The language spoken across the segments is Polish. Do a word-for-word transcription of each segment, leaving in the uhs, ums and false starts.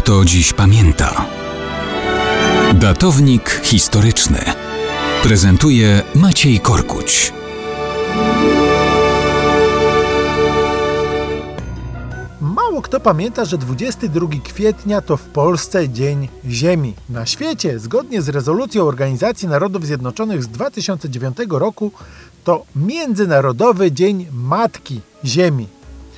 kto dziś pamięta. Datownik historyczny prezentuje Maciej Korkuć. Mało kto pamięta, że dwudziestego drugiego kwietnia to w Polsce Dzień Ziemi. Na świecie, zgodnie z rezolucją Organizacji Narodów Zjednoczonych z dwa tysiące dziewiątego roku, to Międzynarodowy Dzień Matki Ziemi.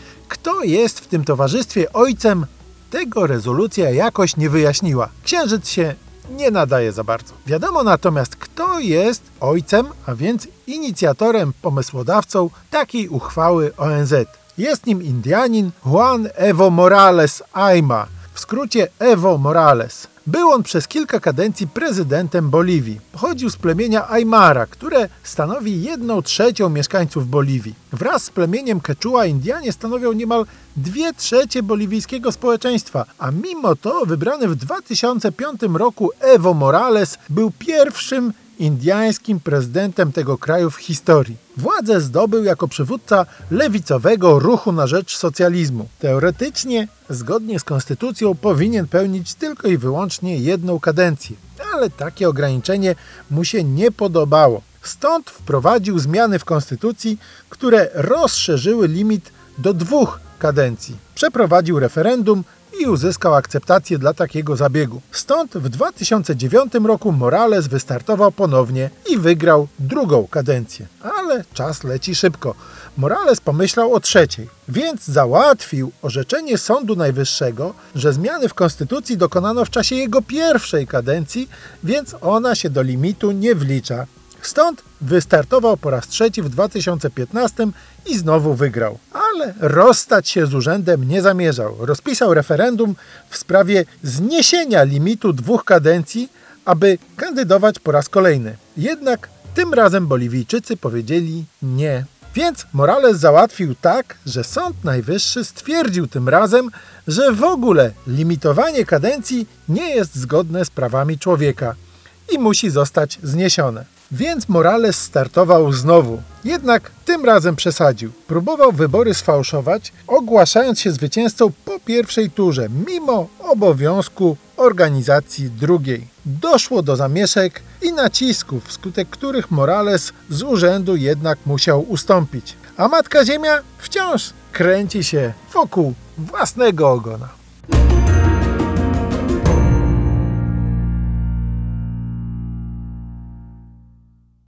Kto jest w tym towarzystwie ojcem? Tego rezolucja jakoś nie wyjaśniła. Księżyc się nie nadaje za bardzo. Wiadomo natomiast, kto jest ojcem, a więc inicjatorem, pomysłodawcą takiej uchwały O N Z. Jest nim Indianin Juan Evo Morales Ayma, w skrócie Evo Morales. Był on przez kilka kadencji prezydentem Boliwii. Pochodził z plemienia Aymara, które stanowi jedną trzecią mieszkańców Boliwii. Wraz z plemieniem Quechua Indianie stanowią niemal dwie trzecie boliwijskiego społeczeństwa, a mimo to wybrany w dwa tysiące piątym roku Evo Morales był pierwszym indiańskim prezydentem tego kraju w historii. Władzę zdobył jako przywódca lewicowego ruchu na rzecz socjalizmu. Teoretycznie, zgodnie z konstytucją, powinien pełnić tylko i wyłącznie jedną kadencję, ale takie ograniczenie mu się nie podobało. Stąd wprowadził zmiany w konstytucji, które rozszerzyły limit do dwóch kadencji. Przeprowadził referendum i uzyskał akceptację dla takiego zabiegu. Stąd w dwa tysiące dziewiątym roku Morales wystartował ponownie i wygrał drugą kadencję. Ale czas leci szybko. Morales pomyślał o trzeciej, więc załatwił orzeczenie Sądu Najwyższego, że zmiany w konstytucji dokonano w czasie jego pierwszej kadencji, więc ona się do limitu nie wlicza. Stąd wystartował po raz trzeci w dwa tysiące piętnastym i znowu wygrał. Ale rozstać się z urzędem nie zamierzał. Rozpisał referendum w sprawie zniesienia limitu dwóch kadencji, aby kandydować po raz kolejny. Jednak tym razem Boliwijczycy powiedzieli nie. Więc Morales załatwił tak, że Sąd Najwyższy stwierdził tym razem, że w ogóle limitowanie kadencji nie jest zgodne z prawami człowieka i musi zostać zniesione. Więc Morales startował znowu. Jednak tym razem przesadził. Próbował wybory sfałszować, ogłaszając się zwycięzcą po pierwszej turze, mimo obowiązku organizacji drugiej. Doszło do zamieszek i nacisków, wskutek których Morales z urzędu jednak musiał ustąpić. A Matka Ziemia wciąż kręci się wokół własnego ogona.